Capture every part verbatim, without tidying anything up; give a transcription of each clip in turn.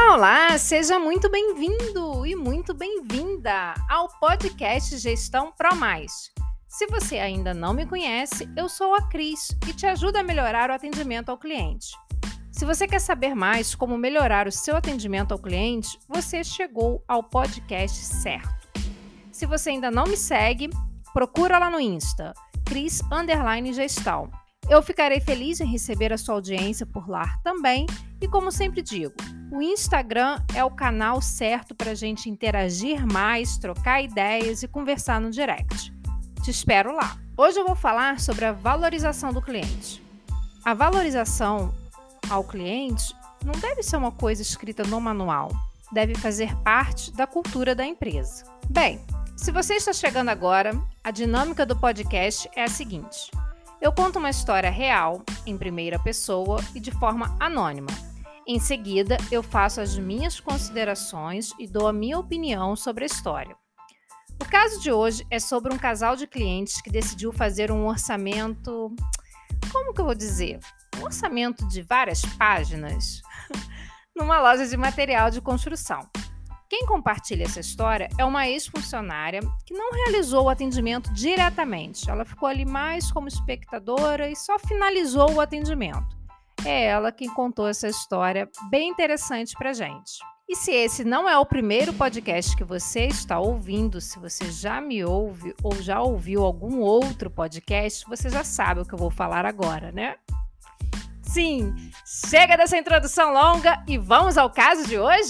Olá, seja muito bem-vindo e muito bem-vinda ao podcast Gestão Pro Mais. Se você ainda não me conhece, eu sou a Cris e te ajudo a melhorar o atendimento ao cliente. Se você quer saber mais como melhorar o seu atendimento ao cliente, você chegou ao podcast certo. Se você ainda não me segue, procura lá no Insta, Cris Underline Gestão. Eu ficarei feliz em receber a sua audiência por lá também e, como sempre digo, o Instagram é o canal certo para a gente interagir mais, trocar ideias e conversar no direct. Te espero lá. Hoje eu vou falar sobre a valorização do cliente. A valorização ao cliente não deve ser uma coisa escrita no manual, deve fazer parte da cultura da empresa. Bem, se você está chegando agora, a dinâmica do podcast é a seguinte: eu conto uma história real, em primeira pessoa e de forma anônima. Em seguida, eu faço as minhas considerações e dou a minha opinião sobre a história. O caso de hoje é sobre um casal de clientes que decidiu fazer um orçamento... Como que eu vou dizer? Um orçamento de várias páginas numa loja de material de construção. Quem compartilha essa história é uma ex-funcionária que não realizou o atendimento diretamente. Ela ficou ali mais como espectadora e só finalizou o atendimento. É ela quem contou essa história bem interessante pra gente. E se esse não é o primeiro podcast que você está ouvindo, se você já me ouve ou já ouviu algum outro podcast, você já sabe o que eu vou falar agora, né? Sim, chega dessa introdução longa e vamos ao caso de hoje?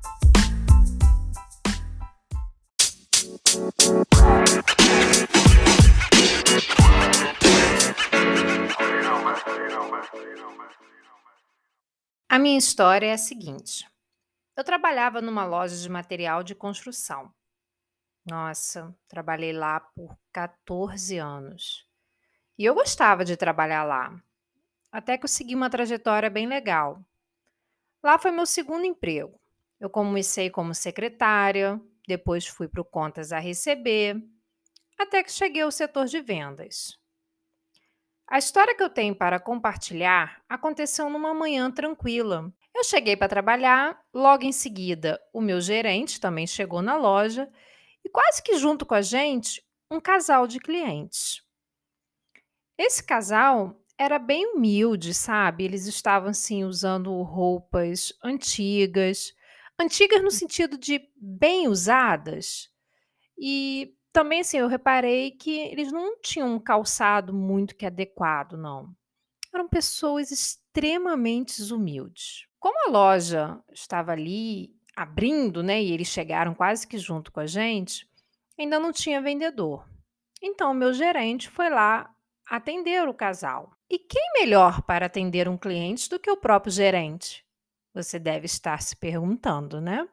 A minha história é a seguinte. Eu trabalhava numa loja de material de construção. Nossa, trabalhei lá por quatorze anos. E eu gostava de trabalhar lá, até que eu segui uma trajetória bem legal. Lá foi meu segundo emprego. Eu comecei como secretária, depois fui para o contas a receber, até que cheguei ao setor de vendas. A história que eu tenho para compartilhar aconteceu numa manhã tranquila. Eu cheguei para trabalhar, logo em seguida, o meu gerente também chegou na loja e quase que junto com a gente, um casal de clientes. Esse casal era bem humilde, sabe? Eles estavam assim usando roupas antigas, antigas no sentido de bem usadas. E também assim, eu reparei que eles não tinham um calçado muito que adequado, não. Eram pessoas extremamente humildes. Como a loja estava ali abrindo, né, e eles chegaram quase que junto com a gente, ainda não tinha vendedor. Então, o meu gerente foi lá atender o casal. E quem melhor para atender um cliente do que o próprio gerente? Você deve estar se perguntando, né?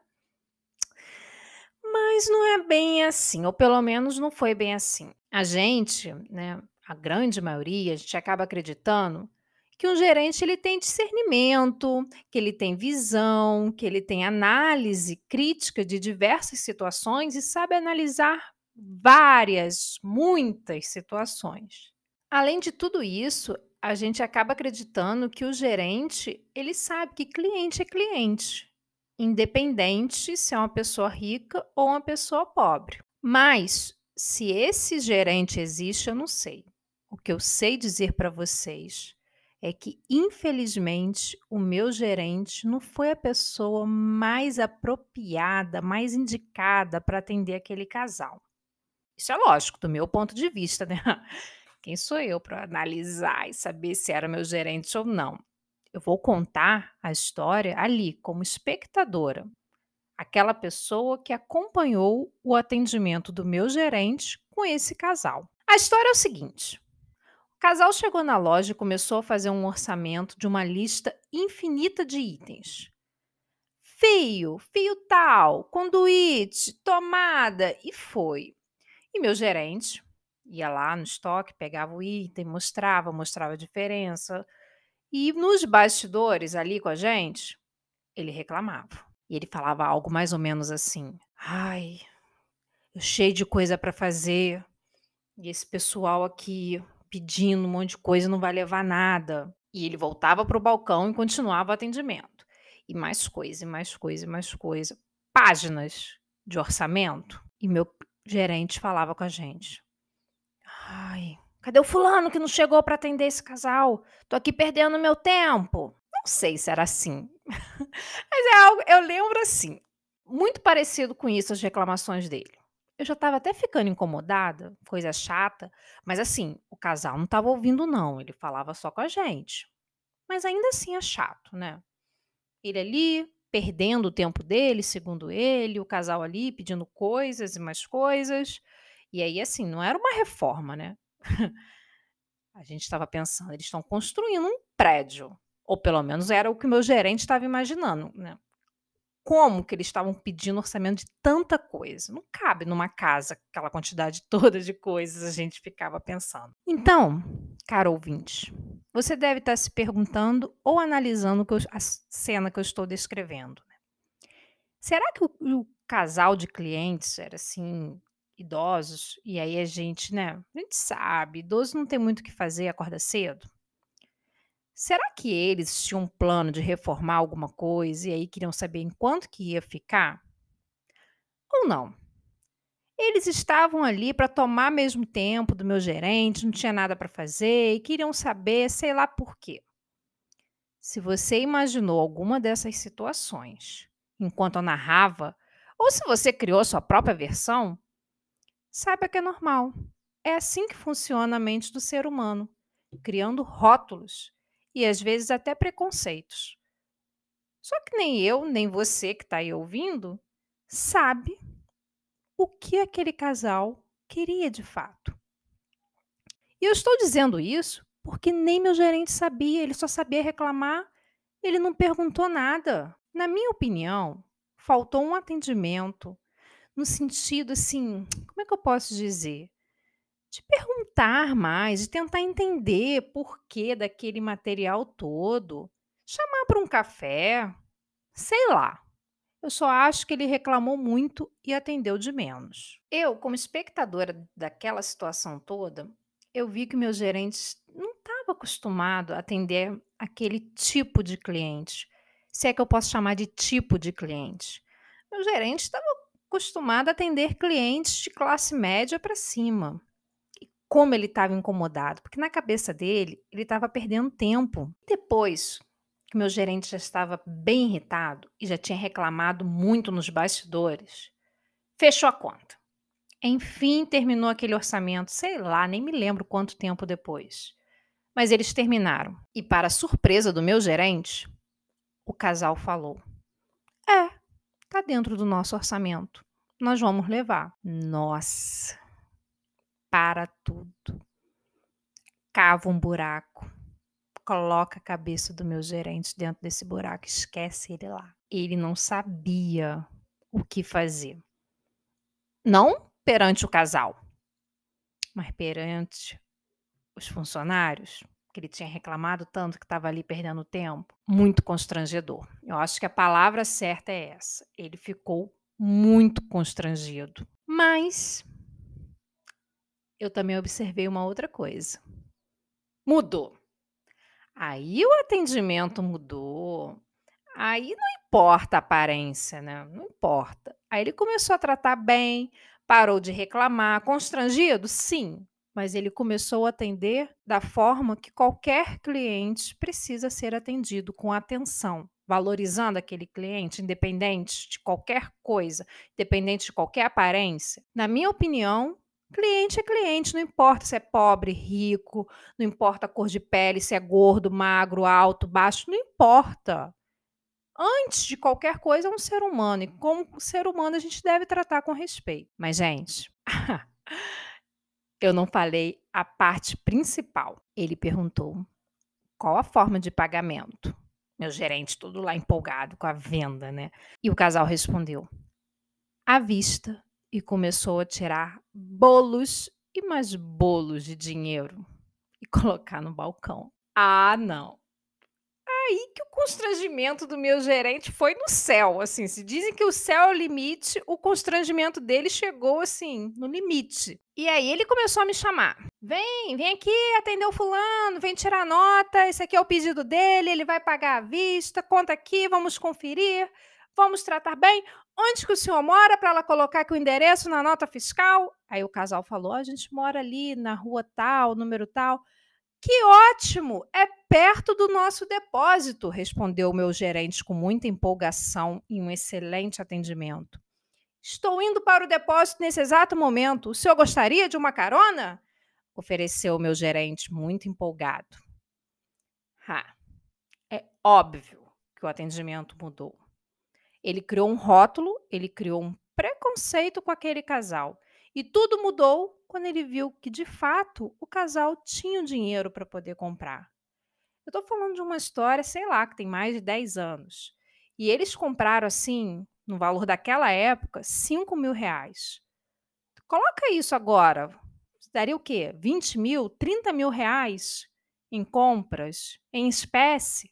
Mas não é bem assim, ou pelo menos não foi bem assim. A gente, né, a grande maioria, a gente acaba acreditando que um gerente ele tem discernimento, que ele tem visão, que ele tem análise crítica de diversas situações e sabe analisar várias, muitas situações. Além de tudo isso, a gente acaba acreditando que o gerente, ele sabe que cliente é cliente, independente se é uma pessoa rica ou uma pessoa pobre. Mas, se esse gerente existe, eu não sei. O que eu sei dizer para vocês é que, infelizmente, o meu gerente não foi a pessoa mais apropriada, mais indicada para atender aquele casal. Isso é lógico, do meu ponto de vista, né? Quem sou eu para analisar e saber se era meu gerente ou não? Eu vou contar a história ali, como espectadora, aquela pessoa que acompanhou o atendimento do meu gerente com esse casal. A história é o seguinte: o casal chegou na loja e começou a fazer um orçamento de uma lista infinita de itens. Fio, fio tal, conduíte, tomada, e foi. E meu gerente ia lá no estoque, pegava o item, mostrava, mostrava a diferença. E nos bastidores ali com a gente, ele reclamava. E ele falava algo mais ou menos assim: ai, eu cheio de coisa para fazer, e esse pessoal aqui pedindo um monte de coisa não vai levar nada. E ele voltava para o balcão e continuava o atendimento. E mais coisa, e mais coisa, e mais coisa. Páginas de orçamento. E meu gerente falava com a gente: "Ai, cadê o fulano que não chegou para atender esse casal? Tô aqui perdendo meu tempo". Não sei se era assim, mas é algo eu lembro assim, muito parecido com isso as reclamações dele. Eu já estava até ficando incomodada, coisa chata, mas assim, o casal não estava ouvindo não, ele falava só com a gente. Mas ainda assim é chato, né. Ele ali, perdendo o tempo dele, segundo ele, o casal ali pedindo coisas e mais coisas. E aí, assim, não era uma reforma, né. A gente estava pensando, eles estão construindo um prédio, ou pelo menos era o que o meu gerente estava imaginando, né. Como que eles estavam pedindo orçamento de tanta coisa? Não cabe numa casa aquela quantidade toda de coisas, a gente ficava pensando. Então, caro ouvinte, você deve estar se perguntando ou analisando o que eu a cena que eu estou descrevendo. Será que o o casal de clientes era, assim, idosos? E aí a gente, né, a gente sabe, idoso não tem muito o que fazer, acorda cedo. Será que eles tinham um plano de reformar alguma coisa e aí queriam saber em quanto que ia ficar? Ou não? Eles estavam ali para tomar mesmo tempo do meu gerente, não tinha nada para fazer e queriam saber, sei lá por quê. Se você imaginou alguma dessas situações enquanto eu narrava, ou se você criou sua própria versão, saiba que é normal. É assim que funciona a mente do ser humano, criando rótulos e às vezes até preconceitos. Só que nem eu, nem você que está aí ouvindo, sabe o que aquele casal queria de fato. E eu estou dizendo isso porque nem meu gerente sabia, ele só sabia reclamar, ele não perguntou nada. Na minha opinião, faltou um atendimento no sentido assim, como é que eu posso dizer? De perguntar mais, de tentar entender por que daquele material todo, chamar para um café, sei lá. Eu só acho que ele reclamou muito e atendeu de menos. Eu, como espectadora daquela situação toda, eu vi que meu gerente não estava acostumado a atender aquele tipo de cliente. Se é que eu posso chamar de tipo de cliente. Meu gerente estava acostumado a atender clientes de classe média para cima. Como ele estava incomodado, porque na cabeça dele, ele estava perdendo tempo. Depois que meu gerente já estava bem irritado e já tinha reclamado muito nos bastidores, fechou a conta. Enfim, terminou aquele orçamento, sei lá, nem me lembro quanto tempo depois. Mas eles terminaram. E para surpresa do meu gerente, o casal falou: "É, tá dentro do nosso orçamento. Nós vamos levar". Nossa, para tudo. Cava um buraco. Coloca a cabeça do meu gerente dentro desse buraco, esquece ele lá. Ele não sabia o que fazer. Não perante o casal, mas perante os funcionários, que ele tinha reclamado tanto que estava ali perdendo tempo. Muito constrangedor. Eu acho que a palavra certa é essa. Ele ficou muito constrangido. Mas eu também observei uma outra coisa. Mudou. Aí o atendimento mudou. Aí não importa a aparência, né, não importa. Aí ele começou a tratar bem, parou de reclamar, constrangido? Sim, mas ele começou a atender da forma que qualquer cliente precisa ser atendido, com atenção, valorizando aquele cliente, independente de qualquer coisa, independente de qualquer aparência. Na minha opinião, cliente é cliente, não importa se é pobre, rico, não importa a cor de pele, se é gordo, magro, alto, baixo, não importa. Antes de qualquer coisa, é um ser humano, e como ser humano a gente deve tratar com respeito. Mas, gente, eu não falei a parte principal. Ele perguntou: "Qual a forma de pagamento?". Meu gerente todo lá empolgado com a venda, né. E o casal respondeu: "À vista", e começou a tirar bolos e mais bolos de dinheiro e colocar no balcão. Ah, não. aí que o constrangimento do meu gerente foi no céu, assim, se dizem que o céu é o limite, o constrangimento dele chegou, assim, no limite. E aí ele começou a me chamar. "Vem, vem aqui atender o fulano, vem tirar nota, esse aqui é o pedido dele, ele vai pagar à vista, conta aqui, vamos conferir, vamos tratar bem. Onde que o senhor mora para ela colocar aqui o endereço na nota fiscal?" Aí o casal falou: "A gente mora ali na rua tal, número tal." "Que ótimo! É perto do nosso depósito", respondeu o meu gerente com muita empolgação e um excelente atendimento. "Estou indo para o depósito nesse exato momento. O senhor gostaria de uma carona?" ofereceu o meu gerente muito empolgado. Ah, é óbvio que o atendimento mudou. Ele criou um rótulo, ele criou um preconceito com aquele casal. E tudo mudou quando ele viu que, de fato, o casal tinha o dinheiro para poder comprar. Eu estou falando de uma história, sei lá, que tem mais de dez anos. E eles compraram, assim, no valor daquela época, cinco mil reais. Coloca isso agora. Daria o quê? vinte mil, trinta mil reais em compras, em espécie?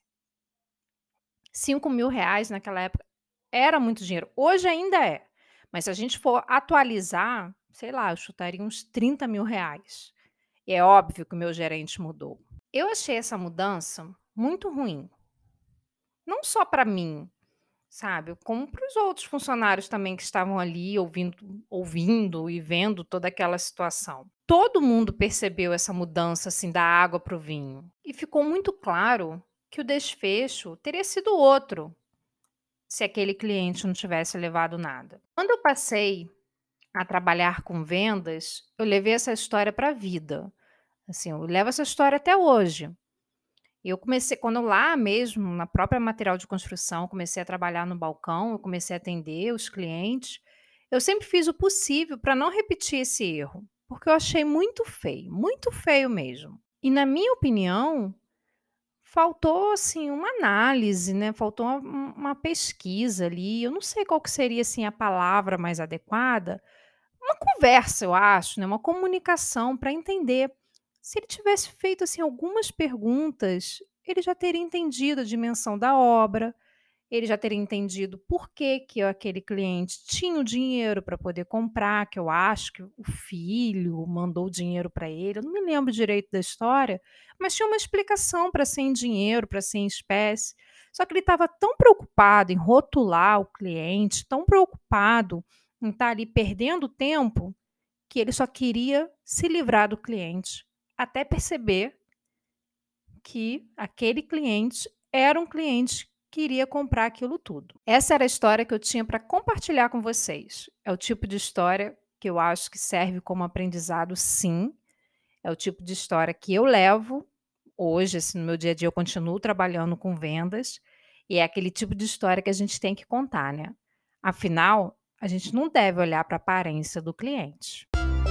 cinco mil reais naquela época era muito dinheiro. Hoje ainda é. Mas se a gente for atualizar, sei lá, eu chutaria uns trinta mil reais. E é óbvio que o meu gerente mudou. Eu achei essa mudança muito ruim. Não só para mim, sabe? Como para os outros funcionários também que estavam ali ouvindo, ouvindo e vendo toda aquela situação. Todo mundo percebeu essa mudança assim da água para o vinho. E ficou muito claro que o desfecho teria sido outro se aquele cliente não tivesse levado nada. Quando eu passei a trabalhar com vendas, eu levei essa história para a vida. Assim, eu levo essa história até hoje. Eu comecei, quando eu lá mesmo, na própria material de construção, comecei a trabalhar no balcão, eu comecei a atender os clientes, eu sempre fiz o possível para não repetir esse erro, porque eu achei muito feio, muito feio mesmo. E na minha opinião, faltou assim uma análise, né? Faltou uma, uma pesquisa ali. Eu não sei qual que seria assim a palavra mais adequada. Uma conversa, eu acho, né? Uma comunicação para entender. Se ele tivesse feito assim algumas perguntas, ele já teria entendido a dimensão da obra, ele já teria entendido por que que aquele cliente tinha o dinheiro para poder comprar, que eu acho que o filho mandou o dinheiro para ele, eu não me lembro direito da história, mas tinha uma explicação para ser em dinheiro, para ser em espécie. Só que ele estava tão preocupado em rotular o cliente, tão preocupado em estar ali perdendo tempo, que ele só queria se livrar do cliente, até perceber que aquele cliente era um cliente que iria comprar aquilo tudo. Essa era a história que eu tinha para compartilhar com vocês. É o tipo de história que eu acho que serve como aprendizado, sim. É o tipo de história que eu levo hoje, assim, no meu dia a dia eu continuo trabalhando com vendas, e é aquele tipo de história que a gente tem que contar, né? Afinal, a gente não deve olhar para a aparência do cliente.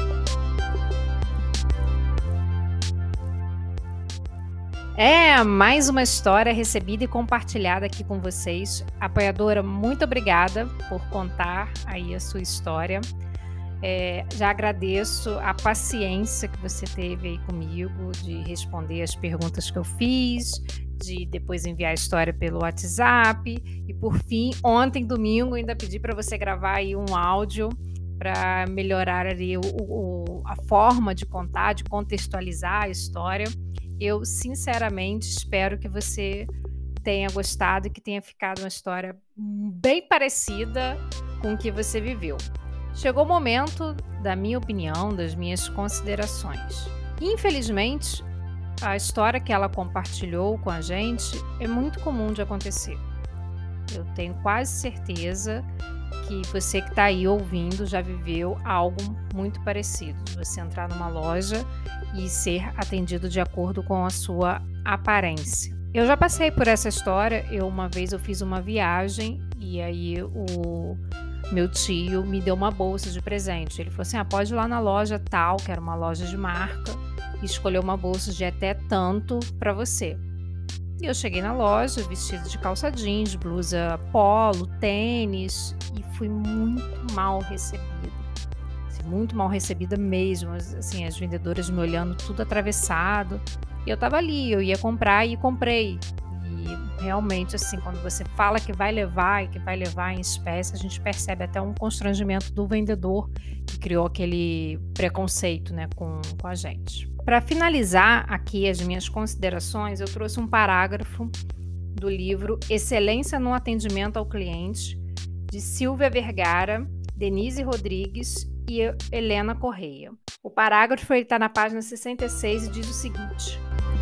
É mais uma história recebida e compartilhada aqui com vocês. Apoiadora, muito obrigada por contar aí a sua história. É, já agradeço a paciência que você teve aí comigo de responder as perguntas que eu fiz, de depois enviar a história pelo WhatsApp. E por fim, ontem, domingo, ainda pedi para você gravar aí um áudio para melhorar ali o, o, a forma de contar, de contextualizar a história. Eu, sinceramente, espero que você tenha gostado e que tenha ficado uma história bem parecida com o que você viveu. Chegou o momento da minha opinião, das minhas considerações. Infelizmente, a história que ela compartilhou com a gente é muito comum de acontecer. Eu tenho quase certeza que você que está aí ouvindo já viveu algo muito parecido, de você entrar numa loja e ser atendido de acordo com a sua aparência. Eu já passei por essa história. Eu uma vez eu fiz uma viagem e aí o meu tio me deu uma bolsa de presente. Ele falou assim: ah, pode ir lá na loja tal, que era uma loja de marca, e escolher uma bolsa de até tanto para você. E eu cheguei na loja vestida de calça jeans, blusa polo, tênis, e fui muito mal recebida. Assim, muito mal recebida mesmo. Assim, as vendedoras me olhando tudo atravessado. E eu tava ali, eu ia comprar e comprei. E realmente, assim, quando você fala que vai levar e que vai levar em espécie, a gente percebe até um constrangimento do vendedor que criou aquele preconceito, né, com, com a gente. Para finalizar aqui as minhas considerações, eu trouxe um parágrafo do livro Excelência no Atendimento ao Cliente, de Silvia Vergara, Denise Rodrigues e Helena Correia. O parágrafo está na página sessenta e seis e diz o seguinte: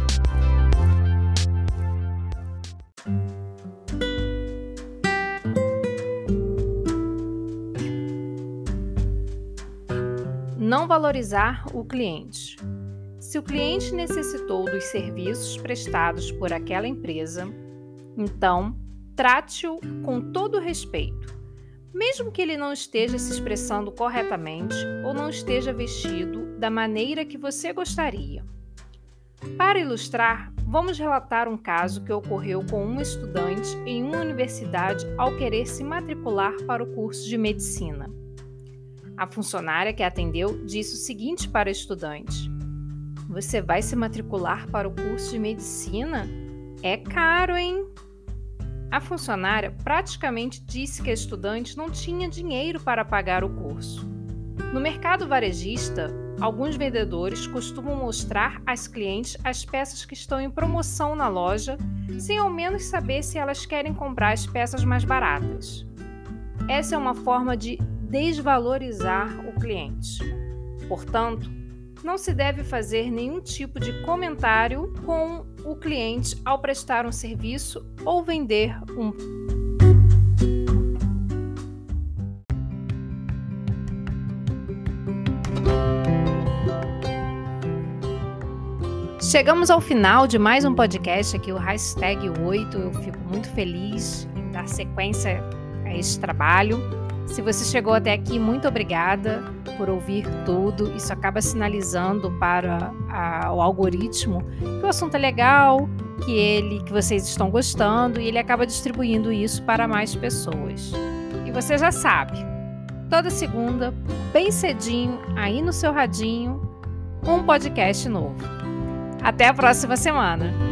não valorizar o cliente. Se o cliente necessitou dos serviços prestados por aquela empresa, então trate-o com todo respeito, mesmo que ele não esteja se expressando corretamente ou não esteja vestido da maneira que você gostaria. Para ilustrar, vamos relatar um caso que ocorreu com um estudante em uma universidade ao querer se matricular para o curso de medicina. A funcionária que atendeu disse o seguinte para o estudante: "Você vai se matricular para o curso de medicina? É caro, hein?" A funcionária praticamente disse que a estudante não tinha dinheiro para pagar o curso. No mercado varejista, alguns vendedores costumam mostrar às clientes as peças que estão em promoção na loja, sem ao menos saber se elas querem comprar as peças mais baratas. Essa é uma forma de desvalorizar o cliente. Portanto, não se deve fazer nenhum tipo de comentário com o cliente ao prestar um serviço ou vender um. Chegamos ao final de mais um podcast aqui, o Hashtag oito. Eu fico muito feliz em dar sequência a esse trabalho. Se você chegou até aqui, muito obrigada por ouvir tudo. Isso acaba sinalizando para a, o algoritmo que o assunto é legal, que ele, que vocês estão gostando, e ele acaba distribuindo isso para mais pessoas. E você já sabe, toda segunda, bem cedinho, aí no seu radinho, um podcast novo. Até a próxima semana!